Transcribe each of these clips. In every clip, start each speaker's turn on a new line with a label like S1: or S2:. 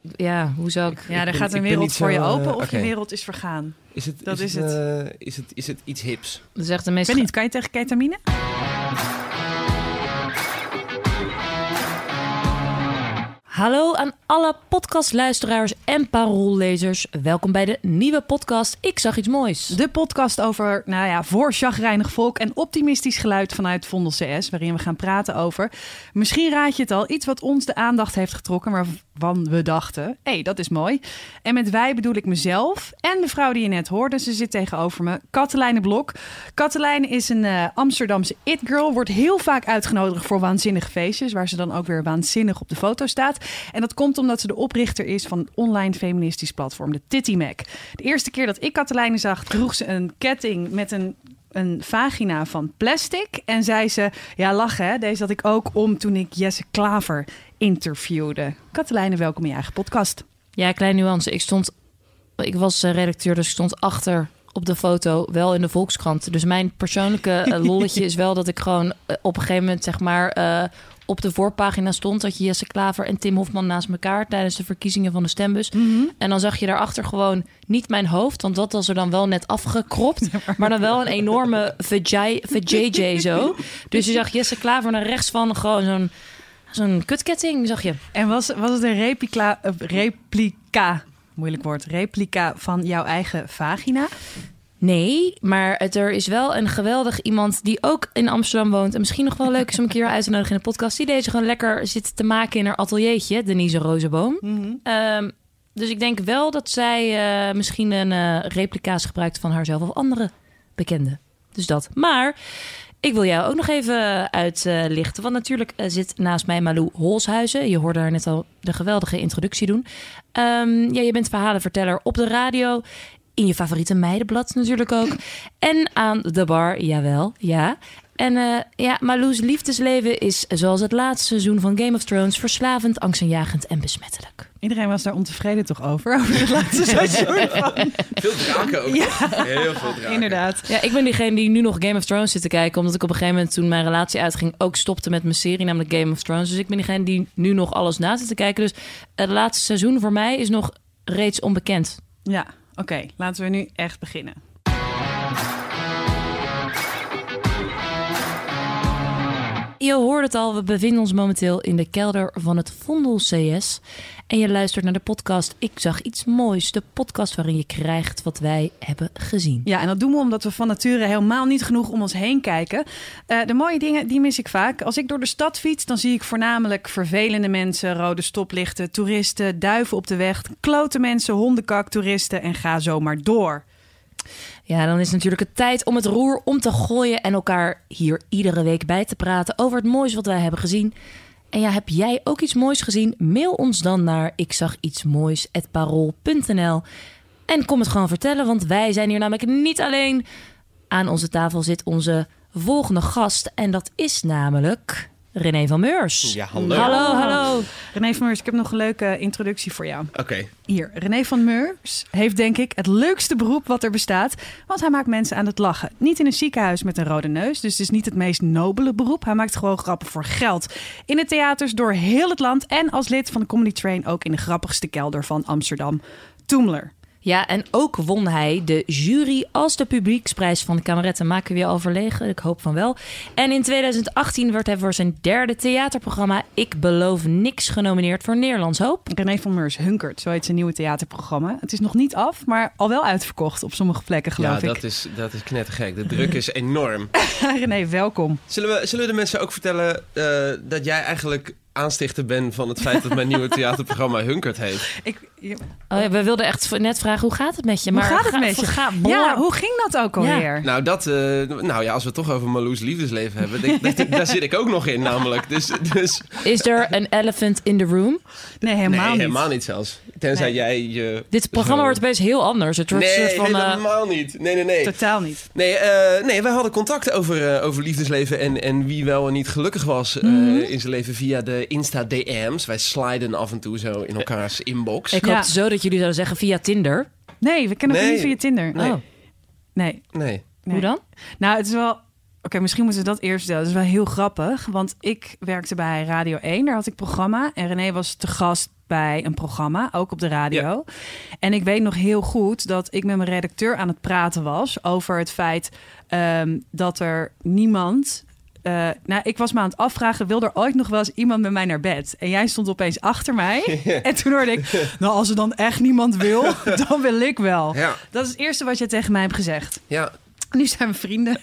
S1: hoe zou ik...
S2: Ja, er gaat een wereld voor je open of je wereld is vergaan.
S3: Is het iets hips?
S1: Dat is echt de meest...
S2: Ik weet niet, kan je tegen ketamine?
S1: Hallo aan alle podcastluisteraars en paroollezers. Welkom bij de nieuwe podcast Ik zag iets moois.
S2: De podcast over, voor chagrijnig volk en optimistisch geluid vanuit Vondel CS, waarin we gaan praten over, misschien raad je het al, iets wat ons de aandacht heeft getrokken, waarvan we dachten, dat is mooi. En met wij bedoel ik mezelf en de vrouw die je net hoorde. Ze zit tegenover me, Katelijne Blok. Katelijne is een Amsterdamse it-girl, wordt heel vaak uitgenodigd voor waanzinnige feestjes, waar ze dan ook weer waanzinnig op de foto staat. En dat komt omdat ze de oprichter is van het online feministisch platform, de Titty Mac. De eerste keer dat ik Katelijne zag, droeg ze een ketting met een vagina van plastic. En zei ze, ja lachen hè, deze had ik ook om toen ik Jesse Klaver interviewde. Katelijne, welkom in je eigen podcast.
S1: Ja, kleine nuance. Ik was redacteur, dus ik stond achter op de foto, wel in de Volkskrant. Dus mijn persoonlijke lolletje is wel dat ik gewoon op een gegeven moment zeg maar op de voorpagina stond dat je Jesse Klaver en Tim Hofman naast elkaar tijdens de verkiezingen van de stembus. Mm-hmm. En dan zag je daarachter gewoon niet mijn hoofd, want dat was er dan wel net afgekropt, maar dan wel een enorme vajayjay zo. Dus je zag Jesse Klaver naar rechts van gewoon zo'n kutketting, zag je.
S2: En was het een replica van jouw eigen vagina?
S1: Nee, maar er is wel een geweldig iemand die ook in Amsterdam woont en misschien nog wel leuk is om een keer uit te nodigen in de podcast, die deze gewoon lekker zit te maken in haar ateliertje, Denise Rozenboom. Mm-hmm. Dus ik denk wel dat zij misschien een replica's gebruikt van haarzelf of andere bekenden. Dus dat. Maar ik wil jou ook nog even uitlichten, want natuurlijk zit naast mij Malou Holshuizen. Je hoorde haar net al de geweldige introductie doen. Je bent verhalenverteller op de radio, in je favoriete meidenblad natuurlijk ook. En aan de bar, jawel, ja. En Malou's liefdesleven is, zoals het laatste seizoen van Game of Thrones, verslavend, angstaanjagend en besmettelijk.
S2: Iedereen was daar ontevreden toch over het laatste seizoen van.
S3: Veel draken ook. Ja. Heel veel draken.
S2: Inderdaad.
S1: Ja, ik ben diegene die nu nog Game of Thrones zit te kijken, omdat ik op een gegeven moment toen mijn relatie uitging ook stopte met mijn serie, namelijk Game of Thrones. Dus ik ben diegene die nu nog alles na zit te kijken. Dus het laatste seizoen voor mij is nog reeds onbekend.
S2: Ja, oké. Laten we nu echt beginnen.
S1: Je hoort het al, we bevinden ons momenteel in de kelder van het Vondel CS. En je luistert naar de podcast Ik zag iets moois. De podcast waarin je krijgt wat wij hebben gezien.
S2: Ja, en dat doen we omdat we van nature helemaal niet genoeg om ons heen kijken. De mooie dingen, die mis ik vaak. Als ik door de stad fiets, dan zie ik voornamelijk vervelende mensen, rode stoplichten, toeristen, duiven op de weg, klote mensen, hondenkak, toeristen en ga zo maar door.
S1: Ja, dan is natuurlijk het tijd om het roer om te gooien en elkaar hier iedere week bij te praten over het moois wat wij hebben gezien. En ja, heb jij ook iets moois gezien? Mail ons dan naar ikzagietsmoois@parool.nl en kom het gewoon vertellen, want wij zijn hier namelijk niet alleen. Aan onze tafel zit onze volgende gast en dat is namelijk René van Meurs.
S3: Ja, hallo.
S1: Hallo.
S2: René van Meurs, ik heb nog een leuke introductie voor jou.
S3: Oké.
S2: Hier, René van Meurs heeft denk ik het leukste beroep wat er bestaat. Want hij maakt mensen aan het lachen. Niet in een ziekenhuis met een rode neus, dus het is niet het meest nobele beroep. Hij maakt gewoon grappen voor geld. In de theaters door heel het land en als lid van de Comedy Train ook in de grappigste kelder van Amsterdam, Toemler.
S1: Ja, en ook won hij de jury als de publieksprijs van de Kameretten. Maken we je overlegen? Ik hoop van wel. En in 2018 werd hij voor zijn derde theaterprogramma Ik beloof niks genomineerd voor Nederlands Hoop.
S2: René van Meurs hunkert, zo heet zijn nieuwe theaterprogramma. Het is nog niet af, maar al wel uitverkocht op sommige plekken, geloof ik.
S3: Ja, dat is knettergek. De druk is enorm.
S2: René, welkom.
S3: Zullen we de mensen ook vertellen dat jij eigenlijk aanstichter ben van het feit dat mijn nieuwe theaterprogramma Hunkert heet?
S1: We wilden echt net vragen, hoe gaat het met je?
S2: Maar hoe gaat het met je? Ja, hoe ging dat ook alweer?
S3: Ja. Nou, als we het toch over Malou's liefdesleven hebben, daar zit ik ook nog in namelijk. Dus...
S1: Is er een elephant in the room?
S2: Nee, helemaal niet.
S3: Helemaal niet zelfs. Tenzij jij je...
S1: Dit programma wordt best heel anders. Het wordt soort van,
S3: helemaal niet. Nee.
S2: Totaal niet.
S3: Nee, wij hadden contact over liefdesleven en wie wel en niet gelukkig was in zijn leven via de Insta-DM's. Wij sliden af en toe zo in elkaars inbox.
S1: Ik hoopte zo dat jullie zouden zeggen via Tinder.
S2: Nee, we kennen elkaar niet via Tinder.
S3: Nee.
S1: Hoe dan?
S2: Nou, het is wel... Oké, misschien moeten we dat eerst vertellen. Dat is wel heel grappig, want ik werkte bij Radio 1. Daar had ik programma en René was te gast bij een programma, ook op de radio. Ja. En ik weet nog heel goed dat ik met mijn redacteur aan het praten was over het feit dat er niemand... ik was me aan het afvragen, wil er ooit nog wel eens iemand met mij naar bed? En jij stond opeens achter mij. En toen hoorde ik, nou, als er dan echt niemand wil, dan wil ik wel. Ja. Dat is het eerste wat je tegen mij hebt gezegd.
S3: Ja.
S2: Nu zijn we vrienden.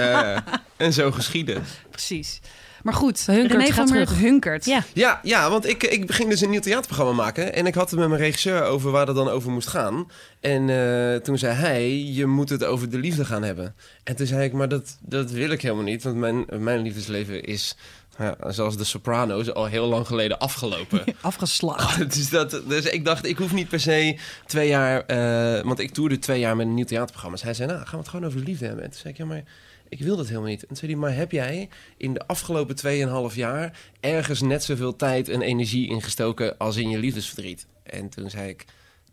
S3: En zo geschieden.
S2: Precies. Maar goed,
S1: René van Meur
S2: hunkert.
S3: Ja, want ik ging dus een nieuw theaterprogramma maken. En ik had het met mijn regisseur over waar het dan over moest gaan. En toen zei hij, je moet het over de liefde gaan hebben. En toen zei ik, maar dat wil ik helemaal niet. Want mijn liefdesleven is, zoals de Sopranos, al heel lang geleden afgelopen.
S2: Afgeslagen.
S3: Dus ik dacht, ik hoef niet per se 2 jaar... want ik toerde 2 jaar met een nieuw theaterprogramma. Dus hij zei, nou, gaan we het gewoon over de liefde hebben. En toen zei ik, ja, maar... Ik wil dat helemaal niet. En toen zei hij, maar heb jij in de afgelopen 2,5 jaar... ergens net zoveel tijd en energie ingestoken als in je liefdesverdriet? En toen zei ik,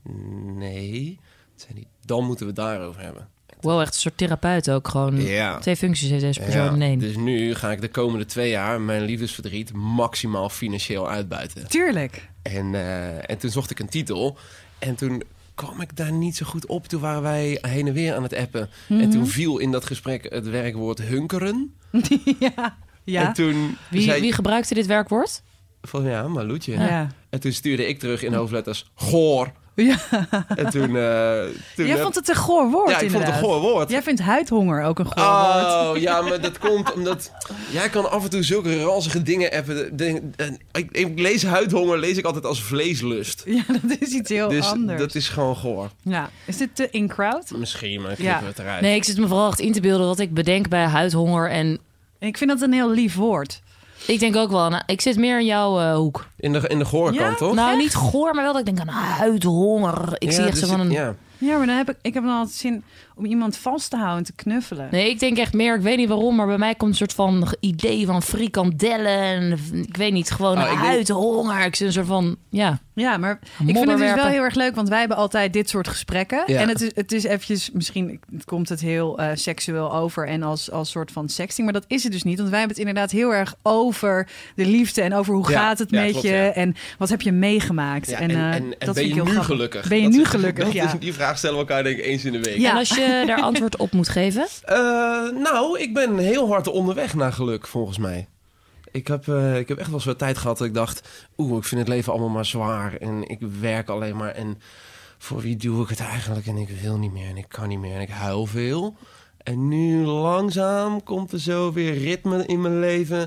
S3: nee. Toen zei hij, dan moeten we het daarover hebben.
S1: Wel echt een soort therapeut ook. Gewoon 2 functies heeft deze persoon in één.
S3: Dus nu ga ik de komende 2 jaar mijn liefdesverdriet maximaal financieel uitbuiten.
S2: Tuurlijk.
S3: En toen zocht ik een titel. En toen... kwam ik daar niet zo goed op. Toen waren wij heen en weer aan het appen. En toen viel in dat gesprek het werkwoord hunkeren.
S2: Ja.
S3: En toen
S2: Wie
S1: gebruikte dit werkwoord?
S3: Van Marloetje.
S2: Ja.
S3: En toen stuurde ik terug in hoofdletters goor.
S2: Ja.
S3: En toen
S2: jij vond het een goor woord,
S3: ja, ik vond het een goor woord.
S2: Jij vindt huidhonger ook een goor woord.
S3: Oh, ja, maar dat komt omdat... Jij kan af en toe zulke ranzige dingen appen. Ik lees huidhonger, lees ik altijd als vleeslust.
S2: Ja, dat is iets heel anders.
S3: Dat is gewoon goor.
S2: Ja. Is dit te in-crowd?
S3: Misschien, maar knippen we het eruit.
S1: Nee, ik zit me vooral echt in te beelden wat ik bedenk bij huidhonger. En
S2: ik vind dat een heel lief woord.
S1: Ik denk ook wel, ik zit meer in jouw hoek.
S3: In de goorkant, toch?
S1: Nou, niet goor, maar wel dat ik denk aan huidhonger. Ik zie echt zo van een...
S2: Ja, maar dan heb ik heb dan altijd zin om iemand vast te houden en te knuffelen.
S1: Nee, ik denk echt meer, ik weet niet waarom, maar bij mij komt een soort van idee van frikandellen. En ik weet niet, gewoon huidhonger. Ik zit een soort van,
S2: Ja, maar ik vind het dus wel heel erg leuk, want wij hebben altijd dit soort gesprekken. Ja. En het is eventjes, misschien komt het heel seksueel over en als soort van sexting, maar dat is het dus niet. Want wij hebben het inderdaad heel erg over de liefde en over hoe gaat het met klopt, je en wat heb je meegemaakt.
S3: Ja,
S2: en
S3: dat ben je nu grappig. Gelukkig?
S2: Ben je nu gelukkig,
S3: ja. Die vraag stellen we elkaar denk ik eens in de week.
S1: Ja. En als je daar antwoord op moet geven?
S3: Nou, ik ben heel hard onderweg naar geluk, volgens mij. Ik heb echt wel zo'n tijd gehad dat ik dacht... ik vind het leven allemaal maar zwaar. En ik werk alleen maar. En voor wie doe ik het eigenlijk? En ik wil niet meer. En ik kan niet meer. En ik huil veel. En nu langzaam komt er zo weer ritme in mijn leven.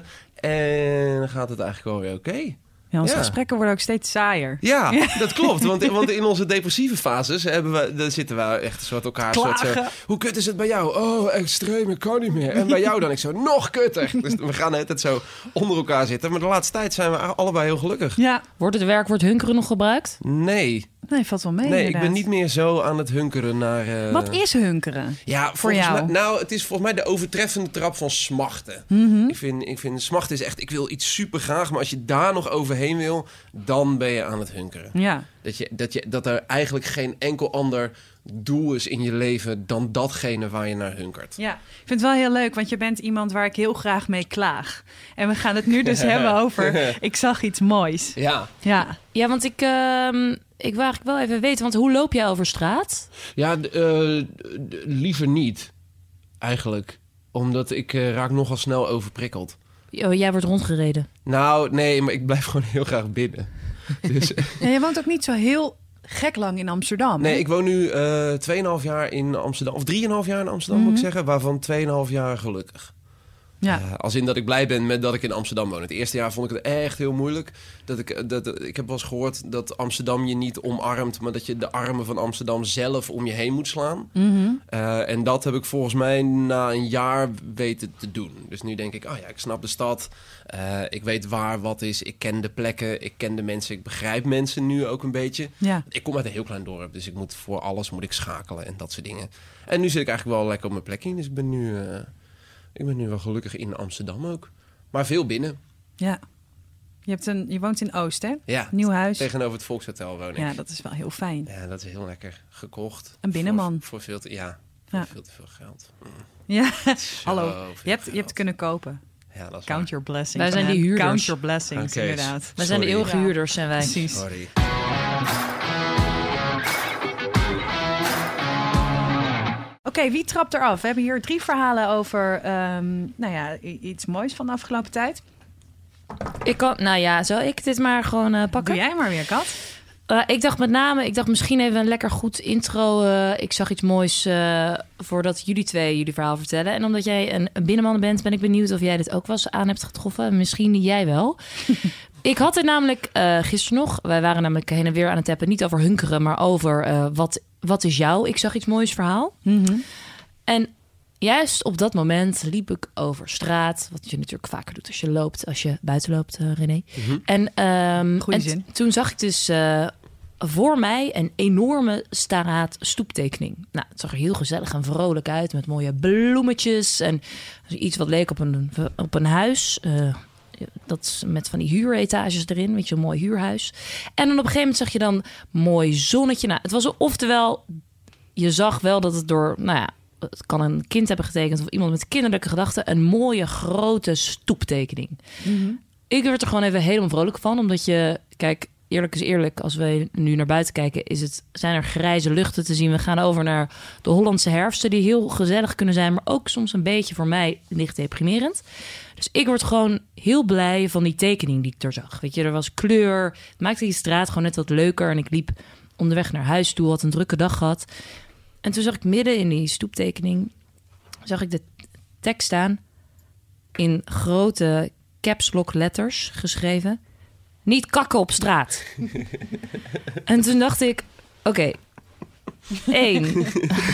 S3: En dan gaat het eigenlijk wel weer oké.
S2: Ja, onze gesprekken worden ook steeds saaier.
S3: Ja, dat klopt. Want in onze depressieve fases zitten we echt een soort elkaar... Soort zo, hoe kut is het bij jou? Oh, extreem, ik kan niet meer. En bij jou dan? Ik zo, nog kutter. Dus we gaan het zo onder elkaar zitten. Maar de laatste tijd zijn we allebei heel gelukkig.
S2: Ja.
S1: Wordt het werkwoord hunkeren nog gebruikt?
S3: Nee,
S2: valt wel mee.
S3: Nee,
S2: inderdaad.
S3: Ik ben niet meer zo aan het hunkeren naar...
S2: Wat is hunkeren?
S3: Ja,
S2: voor jou?
S3: Het is volgens mij de overtreffende trap van smachten.
S2: Mm-hmm.
S3: Ik vind smachten is echt... Ik wil iets super graag, maar als je daar nog overheen wil... dan ben je aan het hunkeren.
S2: Ja.
S3: Dat er eigenlijk geen enkel ander doel is in je leven... dan datgene waar je naar hunkert.
S2: Ja, ik vind het wel heel leuk, want je bent iemand waar ik heel graag mee klaag. En we gaan het nu dus hebben over... Ik zag iets moois.
S3: Ja,
S1: want ik wil eigenlijk wel even weten... want hoe loop jij over straat?
S3: Ja, liever niet, eigenlijk. Omdat ik raak nogal snel overprikkeld.
S1: Jij wordt rondgereden?
S3: Nou, nee, maar ik blijf gewoon heel graag binnen. Dus...
S2: En je woont ook niet zo heel gek lang in Amsterdam.
S3: Nee,
S2: hè?
S3: ik woon nu 2,5 jaar in Amsterdam. Of 3,5 jaar in Amsterdam, moet ik zeggen. Waarvan 2,5 jaar gelukkig.
S2: Ja.
S3: Als in dat ik blij ben met dat ik in Amsterdam woon. Het eerste jaar vond ik het echt heel moeilijk. Ik heb wel eens gehoord dat Amsterdam je niet omarmt... maar dat je de armen van Amsterdam zelf om je heen moet slaan.
S2: Mm-hmm.
S3: En dat heb ik volgens mij na een jaar weten te doen. Dus nu denk ik, ik snap de stad. Ik weet waar wat is. Ik ken de plekken. Ik ken de mensen. Ik begrijp mensen nu ook een beetje.
S2: Ja.
S3: Ik kom uit een heel klein dorp. Dus ik moet voor alles schakelen en dat soort dingen. En nu zit ik eigenlijk wel lekker op mijn plekje. Dus ik ben nu wel gelukkig in Amsterdam ook. Maar veel binnen.
S2: Ja. Je woont in Oost, hè?
S3: Ja.
S2: Nieuw huis.
S3: Tegenover het Volkshotel woon ik.
S2: Ja, dat is wel heel fijn.
S3: Ja, dat is heel lekker. Gekocht.
S2: Een binnenman.
S3: Voor veel te veel geld.
S2: Ja.
S3: Zo
S2: Hallo. Je hebt kunnen kopen.
S3: Ja, dat is
S2: Count your blessings.
S1: Wij zijn die huurders.
S2: Count your blessings,
S3: Oké,
S2: inderdaad.
S1: Wij zijn de
S3: Sorry.
S1: eeuwige huurders, zijn wij.
S2: Precies.
S3: Sorry.
S2: Oké, wie trapt eraf? We hebben hier 3 verhalen over iets moois van de afgelopen tijd.
S1: Zal ik dit maar gewoon pakken?
S2: Doe jij maar weer, Kat.
S1: Ik dacht misschien even een lekker goed intro. Ik zag iets moois voordat jullie verhaal vertellen. En omdat jij een binnenman bent, ben ik benieuwd of jij dit ook wel eens aan hebt getroffen. Misschien jij wel. Ik had het namelijk gisteren nog. Wij waren namelijk heen en weer aan het tappen. Niet over hunkeren, maar over wat is jou? Ik zag iets moois verhaal.
S2: Mm-hmm.
S1: En juist op dat moment liep ik over straat. Wat je natuurlijk vaker doet als je buiten loopt, René.
S3: Mhm.
S2: Goeie zin.
S1: Toen zag ik dus voor mij een enorme staraat stoeptekening. Nou, het zag er heel gezellig en vrolijk uit. Met mooie bloemetjes. En iets wat leek op een huis. Dat is met van die huuretages erin. Weet je, een mooi huurhuis. En dan op een gegeven moment zag je dan mooi zonnetje. Nou, het was oftewel, je zag wel dat het door... het kan een kind hebben getekend of iemand met kinderlijke gedachten. Een mooie grote stoeptekening.
S2: Mm-hmm.
S1: Ik werd er gewoon even helemaal vrolijk van. Omdat je, kijk, eerlijk is eerlijk. Als we nu naar buiten kijken, zijn er grijze luchten te zien. We gaan over naar de Hollandse herfsten. Die heel gezellig kunnen zijn. Maar ook soms een beetje voor mij licht deprimerend. Dus ik word gewoon heel blij van die tekening die ik er zag. Weet je, er was kleur. Het maakte die straat gewoon net wat leuker. En ik liep onderweg naar huis toe. Had een drukke dag gehad. En toen zag ik midden in die stoeptekening, zag ik de tekst staan in grote caps lock letters geschreven. Niet kakken op straat. En toen dacht ik, oké, 1.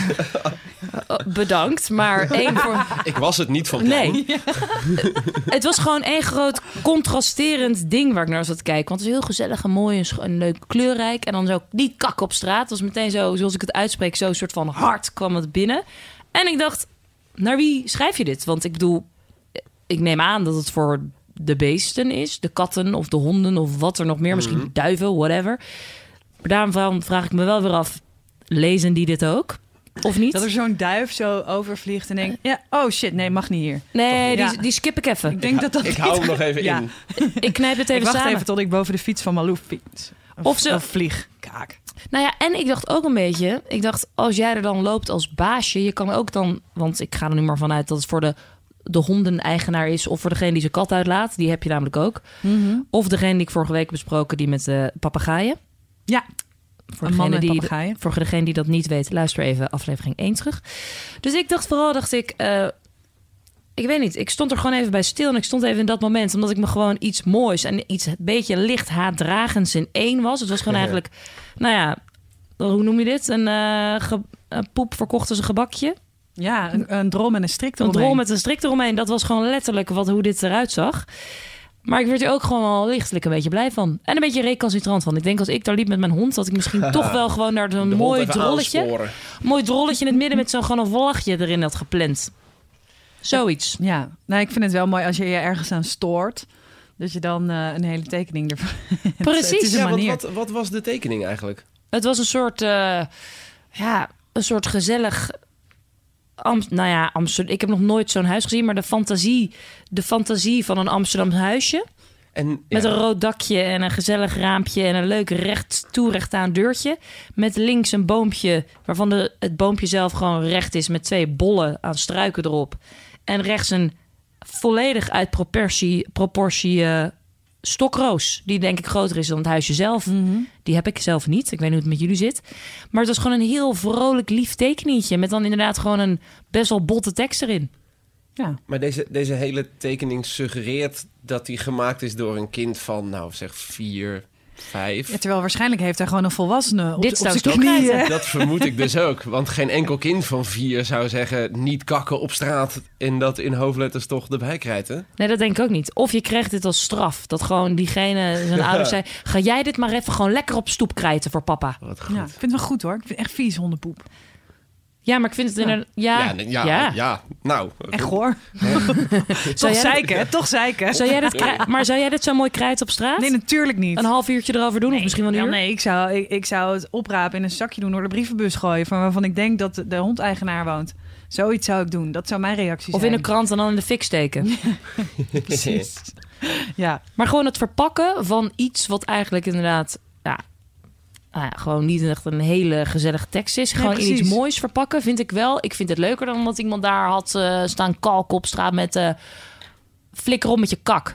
S1: Bedankt, maar 1 voor...
S3: Ik was het niet van plan.
S1: Nee. Het was gewoon 1 groot contrasterend ding waar ik naar zat te kijken. Want het is heel gezellig en mooi en leuk kleurrijk. En dan zo niet kakken op straat. Het was meteen zo, zoals ik het uitspreek, zo een soort van hard kwam het binnen. En ik dacht, naar wie schrijf je dit? Want ik bedoel, ik neem aan dat het voor de beesten is. De katten of de honden of wat er nog meer. Misschien duiven, whatever. Maar daarom vraag ik me wel weer af, lezen die dit ook? Of niet?
S2: Dat er zo'n duif zo overvliegt en denkt... Ja, oh shit, nee, mag niet hier.
S1: Nee,
S2: Ja.
S1: die skip ik even.
S2: Ik denk dat
S3: Ik hou hem nog even
S2: Ja.
S3: in.
S1: Ik knijp het
S2: Ik
S1: even
S2: wacht
S1: samen.
S2: even tot ik boven de fiets van Malou fiets. Of vlieg. Kaak.
S1: Nou ja, en ik dacht ook een beetje... Ik dacht, als jij er dan loopt als baasje... Je kan ook dan... Want ik ga er nu maar vanuit dat het voor de hondeneigenaar is... of voor degene die zijn kat uitlaat. Die heb je namelijk ook.
S2: Mm-hmm.
S1: Of degene die ik vorige week heb besproken... die met de papegaaien.
S2: Ja,
S1: Voor
S2: een man met
S1: degene
S2: papegaaien.
S1: voor degene die dat niet weet... luister even aflevering 1 terug. Dus ik dacht ik weet niet, ik stond er gewoon even bij stil... en ik stond even in dat moment... omdat ik me gewoon iets moois... en iets een beetje licht haatdragends in 1 was. Het was gewoon eigenlijk... Nou ja, hoe noem je dit? Een poep verkocht als een gebakje.
S2: Ja, een drol met een strik
S1: Een
S2: eromheen.
S1: drol met een strik eromheen. Dat was gewoon letterlijk hoe dit eruit zag. Maar ik werd er ook gewoon wel lichtelijk een beetje blij van. En een beetje recalcitrant van. Ik denk als ik daar liep met mijn hond... dat ik misschien toch wel gewoon naar zo'n
S3: De hond
S1: mooi
S3: even
S1: drolletje...
S3: aansporen.
S1: mooi drolletje in het midden met zo'n gewoon een vlagje erin had gepland. Zoiets.
S2: Ja, nou, ik vind het wel mooi als je je ergens aan stoort. Dat je dan een hele tekening ervan...
S1: Precies.
S2: Het is een
S3: Ja, want
S2: manier.
S3: wat was de tekening eigenlijk?
S1: Het was een soort gezellig... Amsterdam. Ik heb nog nooit zo'n huis gezien, maar de fantasie van een Amsterdam huisje.
S3: En,
S1: Met
S3: ja,
S1: een rood dakje en een gezellig raampje en een leuk recht aan deurtje. Met links een boompje waarvan het boompje zelf gewoon recht is met 2 bollen aan struiken erop. En rechts een volledig uit proportie stokroos. Die denk ik groter is dan het huisje zelf.
S2: Mm-hmm.
S1: Die heb ik zelf niet. Ik weet niet hoe het met jullie zit. Maar het was gewoon een heel vrolijk lief tekeningetje. Met dan inderdaad gewoon een best wel botte tekst erin.
S2: Ja.
S3: maar deze hele tekening suggereert dat die gemaakt is door een kind van, nou zeg 4, 5.
S2: Ja, terwijl waarschijnlijk heeft hij gewoon een volwassene op
S1: Dit
S2: zijn
S1: zou
S2: knieën.
S1: stokrijten.
S3: Dat vermoed ik dus ook. Want geen enkel kind van 4 zou zeggen... niet kakken op straat en dat in hoofdletters toch erbij krijten.
S1: Nee, dat denk ik ook niet. Of je krijgt dit als straf. Dat gewoon diegene, zijn ouders zei... ga jij dit maar even gewoon lekker op stoep krijten voor papa.
S3: Wat goed.
S2: Ja, ik vind het wel goed hoor. Ik vind het echt vies hondenpoep.
S1: Ja, maar ik vind het inderdaad... Ja.
S3: Nou.
S2: Echt goor.
S1: Zou
S2: Toch
S1: jij
S2: zeiken, hè? Toch zeiken.
S1: Maar zou jij dit zo mooi krijten op straat?
S2: Nee, natuurlijk niet.
S1: Een half uurtje erover doen? Of misschien wel een uur?
S2: Nee, ik zou het oprapen in een zakje doen... door de brievenbus gooien... van waarvan ik denk dat de hondeigenaar woont. Zoiets zou ik doen. Dat zou mijn reactie
S1: Of
S2: zijn.
S1: in een krant en dan in de fik steken.
S2: Precies. Ja.
S1: Maar gewoon het verpakken van iets wat eigenlijk inderdaad... gewoon niet echt een hele gezellige tekst is. Gewoon in iets moois verpakken vind ik wel. Ik vind het leuker dan dat iemand daar had staan kalk op straat met... flikker op met je kak.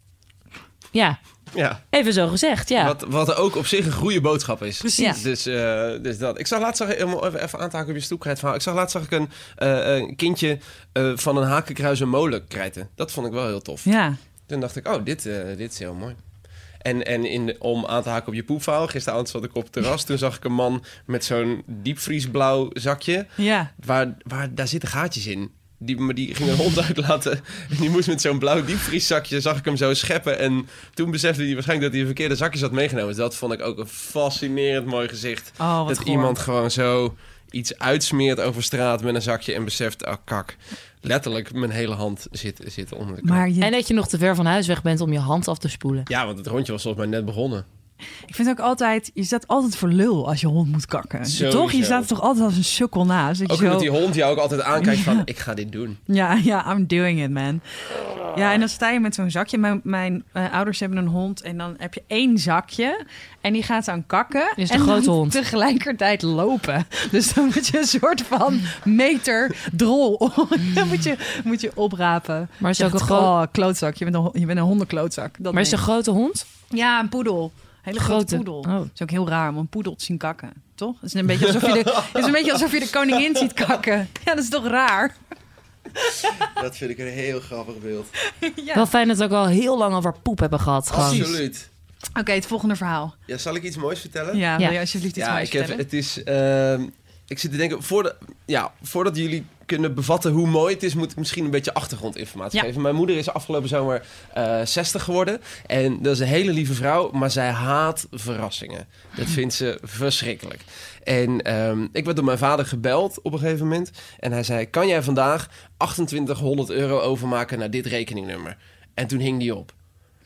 S1: Ja.
S3: Ja.
S1: Even zo gezegd, ja.
S3: Wat ook op zich een goede boodschap is.
S1: Precies.
S3: Dus dat. Ik zag laatst, even aan te haken op je stoepkrijtverhaal. Ik zag laatst een kindje van een hakenkruis een molen krijten. Dat vond ik wel heel tof.
S2: Ja.
S3: Toen dacht ik, dit is heel mooi. En om aan te haken op je poepverhaal, gisteravond zat ik op het terras. Toen zag ik een man met zo'n diepvriesblauw zakje.
S2: Ja.
S3: Waar daar zitten gaatjes in. Die ging een hond uitlaten. En die moest met zo'n blauw diepvrieszakje, zag ik hem zo scheppen. En toen besefte hij waarschijnlijk dat hij een verkeerde zakjes had meegenomen. Dus dat vond ik ook een fascinerend mooi gezicht.
S2: Oh, wat
S3: dat iemand gewoon zo iets uitsmeert over straat met een zakje en beseft, kak. Letterlijk, mijn hele hand zit onder de kak.
S1: En dat je nog te ver van huis weg bent om je hand af te spoelen.
S3: Ja, want het rondje was volgens mij net begonnen.
S2: Ik vind ook altijd, je staat altijd voor lul als je hond moet kakken.
S3: Sowieso.
S2: Toch? Je staat er toch altijd als een sukkel naast.
S3: Ook omdat die hond jou ook altijd aankijkt van, ik ga dit doen.
S2: Ja, I'm doing it, man. Ja, en dan sta je met zo'n zakje. Mijn ouders hebben een hond en dan heb je 1 zakje. En die gaat aan kakken.
S1: Is de
S2: en
S1: grote hond.
S2: Tegelijkertijd lopen. Dus dan moet je een soort van meter drol. Dan moet je oprapen.
S1: Maar is het ook een
S2: klootzak. Je bent een hondenklootzak.
S1: Maar is het een grote hond?
S2: Ja, een poedel. Hele grote poedel.
S1: Oh.
S2: Het is ook heel raar om een poedel te zien kakken, toch? Het is een beetje alsof je de koningin ziet kakken. Ja, dat is toch raar?
S3: Dat vind ik een heel grappig beeld.
S2: Ja.
S1: Wel fijn dat we ook al heel lang over poep hebben gehad. Gewoon.
S3: Absoluut.
S2: Oké, het volgende verhaal.
S3: Ja, zal ik iets moois vertellen?
S2: Ja, wil je alsjeblieft iets moois vertellen?
S3: Het is... ik zit te denken, voordat jullie kunnen bevatten hoe mooi het is, moet ik misschien een beetje achtergrondinformatie geven. Mijn moeder is afgelopen zomer 60 geworden. En dat is een hele lieve vrouw, maar zij haat verrassingen. Dat vindt ze verschrikkelijk. En ik werd door mijn vader gebeld op een gegeven moment. En hij zei, kan jij vandaag €2800 overmaken naar dit rekeningnummer? En toen hing die op.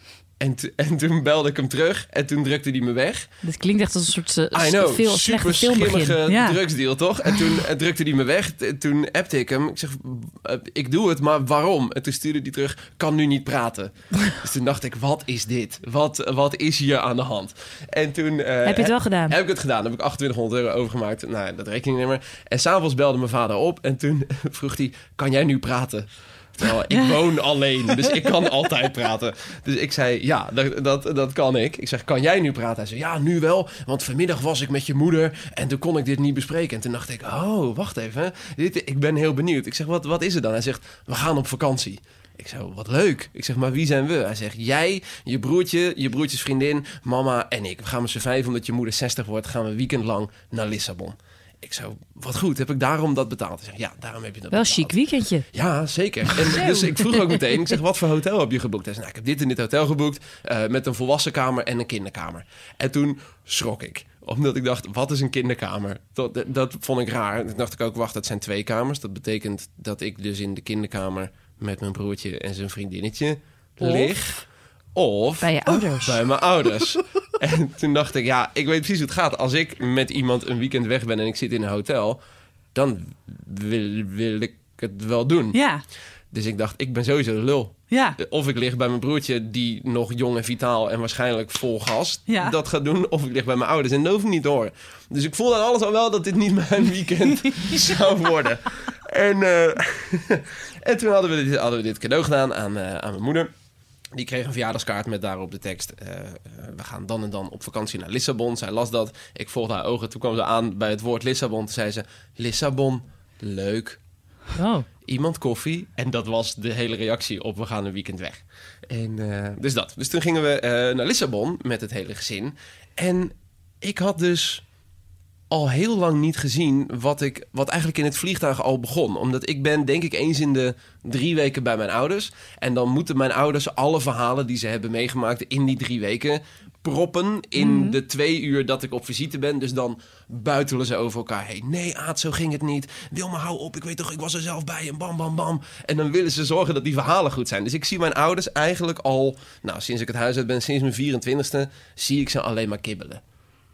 S3: En toen belde ik hem terug en toen drukte hij me weg.
S1: Dit klinkt echt als een soort
S3: super schimmige drugsdeal, toch? En toen drukte hij me weg. Toen appte ik hem. Ik zeg, ik doe het, maar waarom? En toen stuurde hij terug, kan nu niet praten. Dus toen dacht ik, wat is dit? Wat is hier aan de hand? En toen...
S1: heb je het wel gedaan?
S3: Heb ik het gedaan. Heb ik €2800 overgemaakt naar dat rekeningnummer. En s'avonds belde mijn vader op en toen vroeg hij, kan jij nu praten? Terwijl ik woon alleen, dus ik kan altijd praten. Dus ik zei, ja, dat kan ik. Ik zeg, kan jij nu praten? Hij zei, ja, nu wel, want vanmiddag was ik met je moeder en toen kon ik dit niet bespreken. En toen dacht ik, oh, wacht even, ik ben heel benieuwd. Ik zeg, wat is het dan? Hij zegt, we gaan op vakantie. Ik zei, wat leuk. Ik zeg, maar wie zijn we? Hij zegt, jij, je broertje, je broertjes vriendin, mama en ik. We gaan met z'n 5, omdat je moeder 60 wordt, gaan we een weekend lang naar Lissabon. Ik zo, wat goed, heb ik daarom dat betaald? Hij zegt, ja, daarom heb je dat
S1: wel
S3: betaald.
S1: Chic weekendje.
S3: Ja, zeker. En dus ik vroeg ook meteen, ik zeg, wat voor hotel heb je geboekt? Hij zei, ik heb dit en dit hotel geboekt, met een volwassenkamer en een kinderkamer. En toen schrok ik, omdat ik dacht, wat is een kinderkamer? Dat vond ik raar. En toen dacht ik ook, wacht, dat zijn 2 kamers. Dat betekent dat ik dus in de kinderkamer met mijn broertje en zijn vriendinnetje lig. Of
S1: bij je ouders.
S3: Bij mijn ouders. En toen dacht ik, ja, ik weet precies hoe het gaat. Als ik met iemand een weekend weg ben en ik zit in een hotel, dan wil ik het wel doen.
S2: Ja.
S3: Dus ik dacht, ik ben sowieso de lul.
S2: Ja.
S3: Of ik lig bij mijn broertje, die nog jong en vitaal en waarschijnlijk vol gas dat gaat doen. Of ik lig bij mijn ouders en dat hoef ik niet te horen. Dus ik voelde aan alles al wel dat dit niet mijn weekend zou worden. En toen hadden we dit cadeau gedaan aan mijn moeder. Die kreeg een verjaardagskaart met daarop de tekst, we gaan dan en dan op vakantie naar Lissabon. Zij las dat, ik volgde haar ogen. Toen kwam ze aan bij het woord Lissabon. Toen zei ze, Lissabon, leuk.
S1: Oh.
S3: Iemand koffie. En dat was de hele reactie op, we gaan een weekend weg. En dus dat. Dus toen gingen we naar Lissabon met het hele gezin. En ik had dus al heel lang niet gezien wat eigenlijk in het vliegtuig al begon. Omdat ik ben, denk ik, eens in de 3 weken bij mijn ouders. En dan moeten mijn ouders alle verhalen die ze hebben meegemaakt in die 3 weken proppen in de 2 uur dat ik op visite ben. Dus dan buitelen ze over elkaar heen. Nee, Aad, zo ging het niet. Wilma, hou op. Ik weet toch, ik was er zelf bij. En bam, bam, bam. En dan willen ze zorgen dat die verhalen goed zijn. Dus ik zie mijn ouders eigenlijk al, sinds ik het huis uit ben, sinds mijn 24e, zie ik ze alleen maar kibbelen.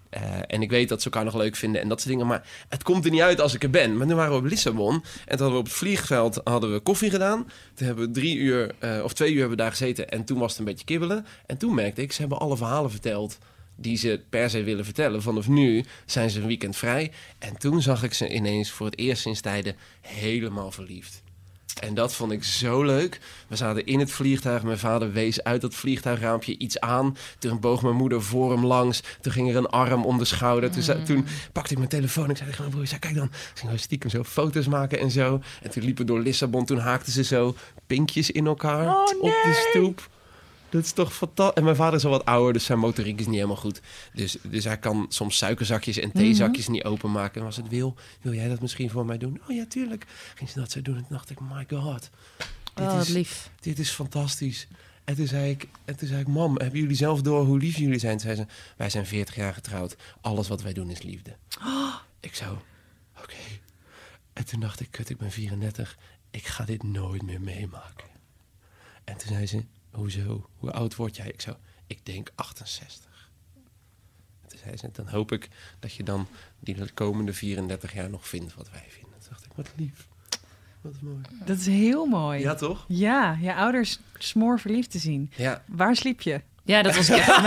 S3: En ik weet dat ze elkaar nog leuk vinden en dat soort dingen. Maar het komt er niet uit als ik er ben. Maar nu waren we op Lissabon. En toen hadden we op het vliegveld koffie gedaan. Toen hebben we 2 uur hebben we daar gezeten. En toen was het een beetje kibbelen. En toen merkte ik, ze hebben alle verhalen verteld die ze per se willen vertellen. Vanaf nu zijn ze een weekend vrij. En toen zag ik ze ineens voor het eerst sinds tijden helemaal verliefd. En dat vond ik zo leuk. We zaten in het vliegtuig. Mijn vader wees uit dat vliegtuigraampje iets aan. Toen boog mijn moeder voor hem langs. Toen ging er een arm om de schouder. Toen pakte ik mijn telefoon. Ik zei tegen mijn broer, kijk dan. Toen gingen we stiekem zo foto's maken en zo. En toen liepen we door Lissabon. Toen haakten ze zo pinkjes in elkaar op de stoep. Dat is toch fantastisch. En mijn vader is al wat ouder, dus zijn motoriek is niet helemaal goed. Dus hij kan soms suikerzakjes en theezakjes niet openmaken. En was het, wil jij dat misschien voor mij doen? Oh ja, tuurlijk. Ging ze dat zo doen en toen dacht ik, my god.
S1: Lief.
S3: Dit is fantastisch. En toen zei ik, mam, hebben jullie zelf door hoe lief jullie zijn? Toen zei ze, wij zijn 40 jaar getrouwd. Alles wat wij doen is liefde. Ik zo, oké. En toen dacht ik, kut, ik ben 34. Ik ga dit nooit meer meemaken. En toen zei ze, hoezo? Hoe oud word jij? Ik denk 68. En toen zei ze, dan hoop ik dat je dan die komende 34 jaar nog vindt wat wij vinden. Toen dacht ik, wat lief. Wat mooi.
S2: Dat is heel mooi.
S3: Ja, toch?
S2: Ja, je ouders smoor verliefd te zien.
S3: Ja.
S2: Waar sliep je?
S1: Ja, dat was echt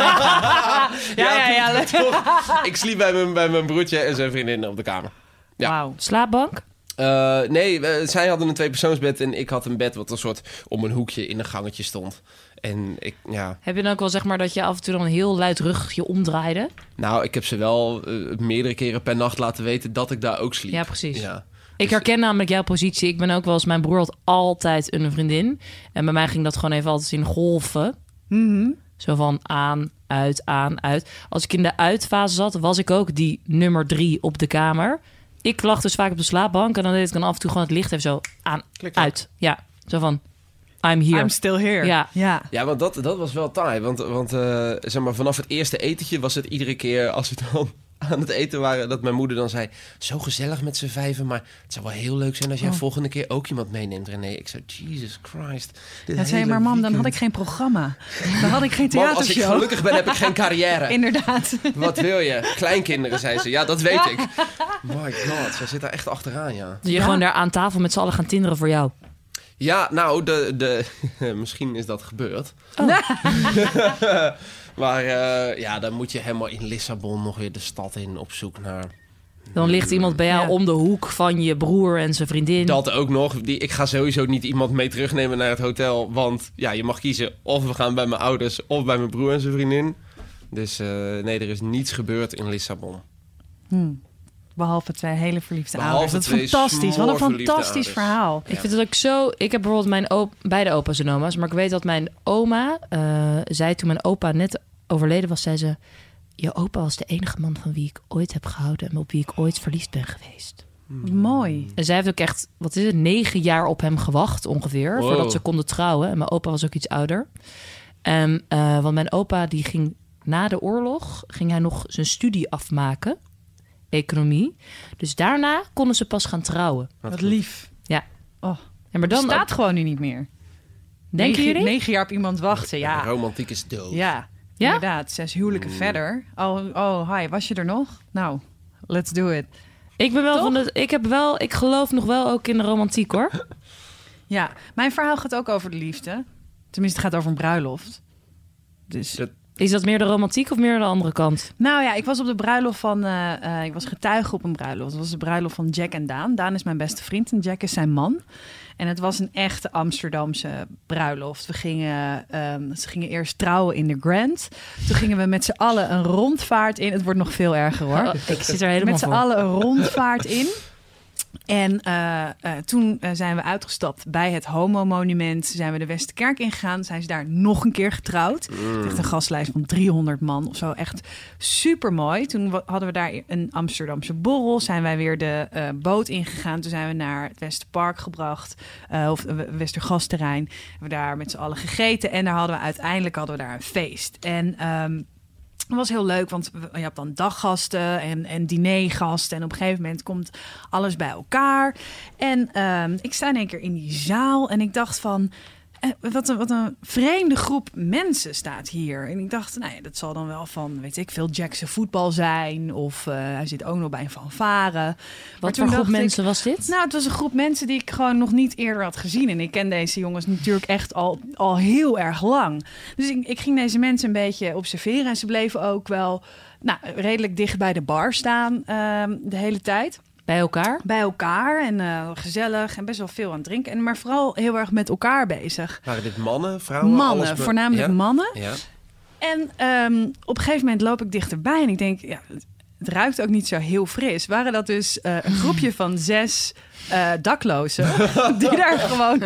S1: ja.
S3: Toch. Ik sliep bij mijn broertje en zijn vriendin op de kamer. Ja.
S2: Wauw.
S1: Slaapbank?
S3: Nee, zij hadden een 2-persoonsbed en ik had een bed wat een soort om een hoekje in een gangetje stond. En
S1: Heb je dan ook wel zeg maar dat je af en toe dan heel luidruchtig je omdraaide?
S3: Nou, ik heb ze wel meerdere keren per nacht laten weten dat ik daar ook sliep.
S1: Ja, precies.
S3: Ja.
S1: Ik herken namelijk jouw positie. Ik ben ook wel eens... Mijn broer had altijd een vriendin. En bij mij ging dat gewoon even altijd in golven.
S2: Mm-hmm.
S1: Zo van aan, uit. Als ik in de uitfase zat, was ik ook die nummer 3 op de kamer. Ik lag dus vaak op de slaapbank. En dan deed ik dan af en toe gewoon het licht even zo aan, uit. Ja, zo van... I'm here.
S2: I'm still here.
S3: Ja, want dat was wel taai. Want zeg maar, vanaf het eerste etentje was het iedere keer als we dan aan het eten waren, dat mijn moeder dan zei, zo gezellig met z'n 5, maar het zou wel heel leuk zijn als jij volgende keer ook iemand meeneemt, René. Ik zei, Jesus Christ.
S2: Dat zei je, maar mam, dan had ik geen programma. Dan had ik geen theatershow.
S3: Als ik gelukkig ben, heb ik geen carrière.
S2: Inderdaad.
S3: Wat wil je? Kleinkinderen, zei ze. Ja, dat weet ik. My god, zij zit daar echt achteraan, ja.
S1: Je gewoon daar aan tafel met z'n allen gaan tinderen voor jou.
S3: Ja, nou, misschien is dat gebeurd. Maar dan moet je helemaal in Lissabon nog weer de stad in op zoek naar...
S1: Dan ligt iemand bij jou om de hoek van je broer en zijn vriendin.
S3: Dat ook nog. Ik ga sowieso niet iemand mee terugnemen naar het hotel. Want je mag kiezen of we gaan bij mijn ouders of bij mijn broer en zijn vriendin. Dus nee, er is niets gebeurd in Lissabon.
S2: Behalve 2 hele verliefde ouders. Dat is fantastisch. Wat een fantastisch verhaal.
S1: Ja. Ik vind het ook zo... Ik heb bijvoorbeeld beide opa's en oma's. Maar ik weet dat mijn oma zei toen mijn opa net overleden was, zei ze, je opa was de enige man van wie ik ooit heb gehouden en op wie ik ooit verliefd ben geweest.
S2: Mooi.
S1: En zij heeft ook echt, 9 jaar op hem gewacht ongeveer, voordat ze konden trouwen. En mijn opa was ook iets ouder. Want mijn opa die ging na de oorlog, ging hij nog zijn studie afmaken, economie. Dus daarna konden ze pas gaan trouwen.
S2: Wat lief.
S1: Ja.
S2: Oh.
S1: Ja, maar dan
S2: staat gewoon nu niet meer.
S1: Denken jullie?
S2: 9 jaar op iemand wachten, ja.
S3: Romantiek is dood.
S2: Ja, inderdaad. 6 huwelijken verder. Oh, hi, was je er nog? Nou, let's do it.
S1: Ik ben wel ik geloof nog wel ook in de romantiek, hoor.
S2: Ja, mijn verhaal gaat ook over de liefde. Tenminste, het gaat over een bruiloft. Dus...
S1: Is dat meer de romantiek of meer de andere kant?
S2: Nou ja, ik was op de bruiloft van... ik was getuige op een bruiloft. Het was de bruiloft van Jack en Daan. Daan is mijn beste vriend en Jack is zijn man. En het was een echte Amsterdamse bruiloft. Ze gingen eerst trouwen in de Grand. Toen gingen we met z'n allen een rondvaart in. Het wordt nog veel erger, hoor.
S1: Oh, ik zit er helemaal
S2: met z'n allen een rondvaart in. En toen zijn we uitgestapt bij het Homo-monument. Zijn we de Westerkerk ingegaan. Zijn ze daar nog een keer getrouwd. Echt een gastlijst van 300 man of zo. Echt super mooi. Toen hadden we daar een Amsterdamse borrel. Zijn wij weer de boot ingegaan. Toen zijn we naar het Westerpark gebracht. Of Westergasterrein. Hebben we daar met z'n allen gegeten. En daar hadden we uiteindelijk daar een feest. En... het was heel leuk, want je hebt dan daggasten en dinergasten. En op een gegeven moment komt alles bij elkaar. En ik sta in één keer in die zaal en ik dacht van... wat een vreemde groep mensen staat hier. En ik dacht, nou ja, dat zal dan wel van, weet ik veel, Jackson voetbal zijn. Of hij zit ook nog bij een fanfare.
S1: Wat voor groep mensen was dit?
S2: Nou, het was een groep mensen die ik gewoon nog niet eerder had gezien. En ik ken deze jongens natuurlijk echt al heel erg lang. Dus ik ging deze mensen een beetje observeren. En ze bleven ook wel redelijk dicht bij de bar staan de hele tijd.
S1: Bij elkaar?
S2: Bij elkaar en gezellig en best wel veel aan het drinken. Maar vooral heel erg met elkaar bezig.
S3: Waren dit mannen, vrouwen?
S2: Mannen, voornamelijk mannen.
S3: Ja.
S2: En op een gegeven moment loop ik dichterbij en ik denk, ja, het ruikt ook niet zo heel fris. Waren dat dus een groepje van 6 daklozen die daar gewoon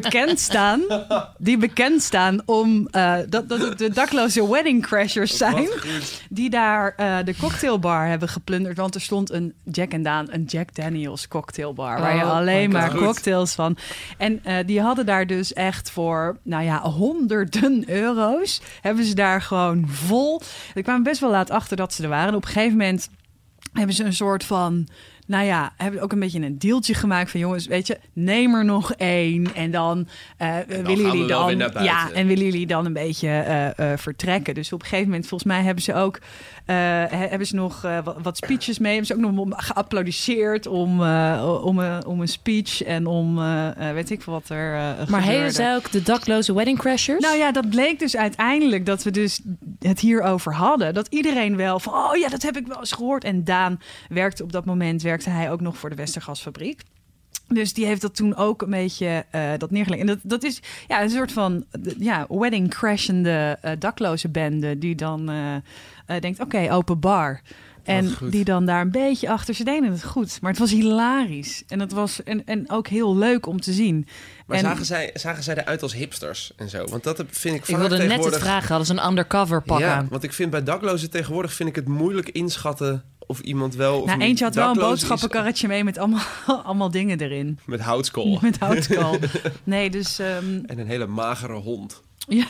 S2: bekend staan om dat het de dakloze wedding crashers zijn, die daar de cocktailbar hebben geplunderd, want er stond een Jack Daniels cocktailbar waar je alleen maar cocktails van, en die hadden daar dus echt voor honderden euro's hebben ze daar gewoon vol. Ik kwam best wel laat achter dat ze er waren. En op een gegeven moment hebben ze een soort van, hebben ook een beetje een deeltje gemaakt van, jongens, weet je, neem er nog 1 en dan willen jullie dan een beetje vertrekken. Dus op een gegeven moment, volgens mij hebben ze ook nog wat speeches mee. Hebben ze ook nog geapplaudisseerd om een speech en om weet ik veel wat er gebeurde.
S1: Maar heten zij ook de dakloze wedding crashers?
S2: Nou ja, dat bleek dus uiteindelijk dat we dus het hierover hadden. Dat iedereen wel van, oh ja, dat heb ik wel eens gehoord. En Daan werkte op dat moment hij ook nog voor de Westergasfabriek. Dus die heeft dat toen ook een beetje dat neergelegd. En dat is een soort van wedding crashende dakloze bende die dan denkt, oké, open bar. En die dan daar een beetje achter. Ze deden het goed, maar het was hilarisch. En het was en ook heel leuk om te zien.
S3: Maar zagen zij eruit als hipsters en zo? Want dat vind ik vaak.
S1: Ik wilde net het vragen, hadden ze een undercover pak aan?
S3: Want ik vind bij daklozen tegenwoordig vind ik het moeilijk inschatten of iemand wel. Of
S2: eentje had wel een boodschappenkarretje mee met allemaal dingen erin.
S3: Met houtskool.
S2: Met houtskool. Nee, dus.
S3: En een hele magere hond.
S2: Ja.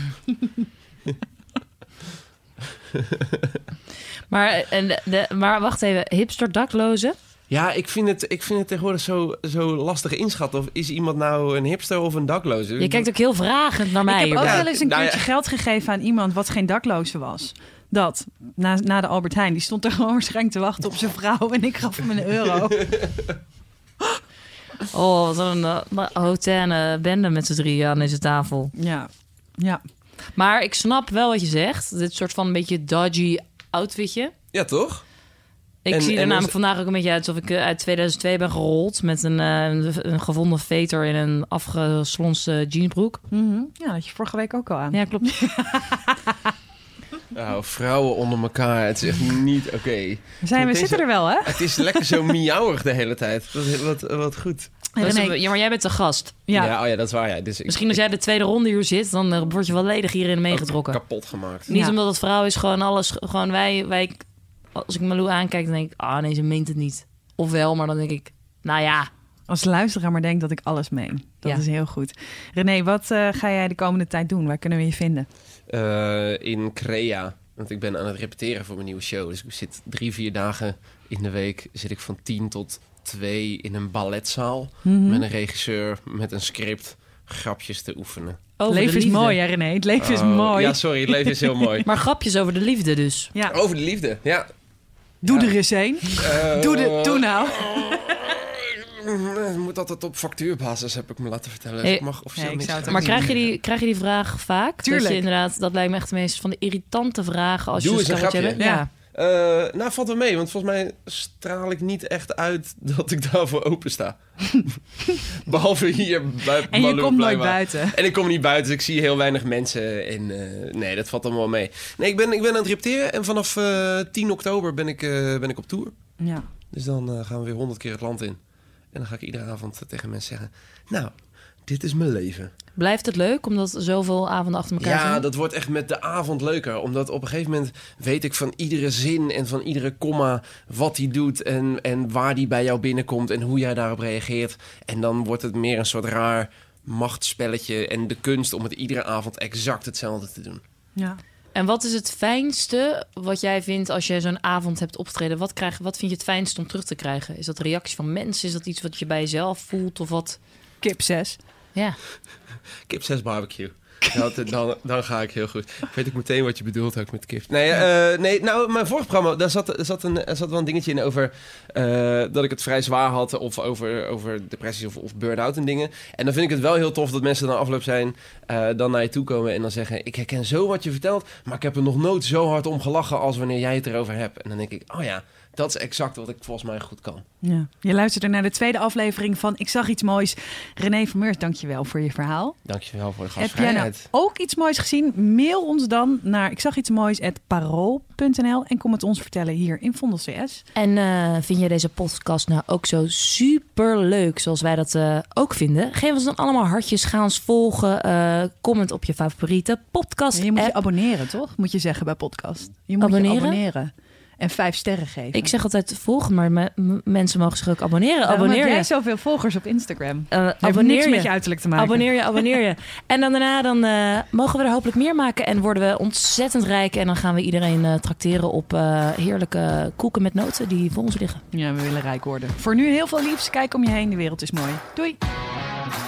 S1: Maar wacht even, hipster daklozen?
S3: Ja, ik vind het tegenwoordig zo lastig inschatten. Of is iemand nou een hipster of een dakloze?
S1: Je kijkt ook heel vragend naar mij.
S2: Ik heb ook wel eens een keertje geld gegeven aan iemand wat geen dakloze was. Dat, na de Albert Heijn. Die stond er gewoon waarschijnlijk te wachten op zijn vrouw. En ik gaf hem €1.
S1: Oh, wat een hautaine bende met z'n 3 aan deze tafel.
S2: Ja.
S1: Maar ik snap wel wat je zegt. Dit soort van een beetje dodgy outfitje.
S3: Ja, toch?
S1: Ik zie er namelijk vandaag ook een beetje uit alsof ik uit 2002 ben gerold met een gevonden veter in een afgeslonste jeansbroek.
S2: Mm-hmm. Ja, dat had je vorige week ook al aan.
S1: Ja, klopt.
S3: Nou, vrouwen onder elkaar, het is echt niet oké.
S2: We zitten er wel, hè?
S3: Het is lekker zo miauwig de hele tijd. Wat goed.
S1: Ja, maar jij bent de gast.
S3: Ja, dat is waar. Ja. Dus
S1: misschien als jij de tweede ronde hier zit, dan word je wel ledig hierin meegetrokken.
S3: Kapot gemaakt.
S1: Niet omdat het vrouw is, gewoon alles. Gewoon wij als ik Malou aankijk, dan denk ik, nee, ze meent het niet. Ofwel, maar dan denk ik, nou ja.
S2: Als luisteraar maar denkt dat ik alles meen. Dat is heel goed. René, wat ga jij de komende tijd doen? Waar kunnen we je vinden?
S3: In Crea. Want ik ben aan het repeteren voor mijn nieuwe show. Dus ik zit 3-4 dagen in de week. Zit ik van 10 tot 2 in een balletzaal. Mm-hmm. Met een regisseur, met een script. Grapjes te oefenen.
S2: Het leven is mooi, hè René? Het leven is mooi.
S3: Ja, sorry, het leven is heel mooi.
S1: Maar grapjes over de liefde dus.
S2: Ja.
S3: Over de liefde, ja.
S2: Doe er eens een. Doe nou.
S3: Het moet altijd op factuurbasis, heb ik me laten vertellen. Ik mag officieel niks.
S1: Maar krijg je die vraag vaak?
S2: Tuurlijk.
S1: Dat je inderdaad, dat lijkt me echt de meest van de irritante vragen. Als
S3: Doe
S1: je
S3: eens een grapje.
S1: hebt. Ja.
S3: Nou, valt wel mee, want volgens mij straal ik niet echt uit dat ik daarvoor open sta. Behalve hier bij
S2: en je komt nooit buiten.
S3: En ik kom niet buiten, dus ik zie heel weinig mensen. En nee, dat valt allemaal wel mee. Nee, ik ben aan het repeteren en vanaf 10 oktober ben ik op tour.
S2: Ja.
S3: Dus dan gaan we weer 100 keer het land in. En dan ga ik iedere avond tegen mensen zeggen, nou, dit is mijn leven.
S1: Blijft het leuk, omdat zoveel avonden achter elkaar zijn?
S3: Ja, dat wordt echt met de avond leuker. Omdat op een gegeven moment weet ik van iedere zin en van iedere komma wat hij doet en waar die bij jou binnenkomt en hoe jij daarop reageert. En dan wordt het meer een soort raar machtsspelletje en de kunst om het iedere avond exact hetzelfde te doen.
S2: Ja.
S1: En wat is het fijnste wat jij vindt als je zo'n avond hebt opgetreden? Wat vind je het fijnste om terug te krijgen? Is dat reactie van mensen? Is dat iets wat je bij jezelf voelt of wat?
S2: Kip 6.
S1: Ja.
S3: Kip 6 barbecue. Dan ga ik heel goed. Weet ik meteen wat je bedoelt ook met kip. Nee, mijn vorige programma, daar zat wel een dingetje in over dat ik het vrij zwaar had. Of over depressies of burn-out en dingen. En dan vind ik het wel heel tof dat mensen dan afloop zijn, dan naar je toe komen en dan zeggen, ik herken zo wat je vertelt, maar ik heb er nog nooit zo hard om gelachen als wanneer jij het erover hebt. En dan denk ik, oh ja, dat is exact wat ik volgens mij goed kan.
S2: Ja. Je luisterde naar de tweede aflevering van Ik zag iets moois. René van Meurs, dankjewel voor je verhaal.
S3: Dankjewel voor de gastvrijheid.
S2: Heb jij nou ook iets moois gezien? Mail ons dan naar ikzagietsmoois@parool.nl en kom het ons vertellen hier in Vondel CS.
S1: En vind je deze podcast nou ook zo super leuk zoals wij dat ook vinden? Geef ons dan allemaal hartjes, ga ons volgen, comment op je favoriete podcast.
S2: En je moet je abonneren, toch? Moet je zeggen bij podcast. Je moet je abonneren. En 5 sterren geven.
S1: Ik zeg altijd volgen, maar mensen mogen zich ook abonneren.
S2: Daarom
S1: abonneer
S2: heb
S1: je.
S2: jij zoveel volgers op Instagram.
S1: Abonneer
S2: niks
S1: je.
S2: met je uiterlijk te maken.
S1: Abonneer je. En dan daarna mogen we er hopelijk meer maken en worden we ontzettend rijk. En dan gaan we iedereen trakteren op heerlijke koeken met noten die voor ons liggen.
S2: Ja, we willen rijk worden. Voor nu heel veel liefs. Kijk om je heen. De wereld is mooi. Doei.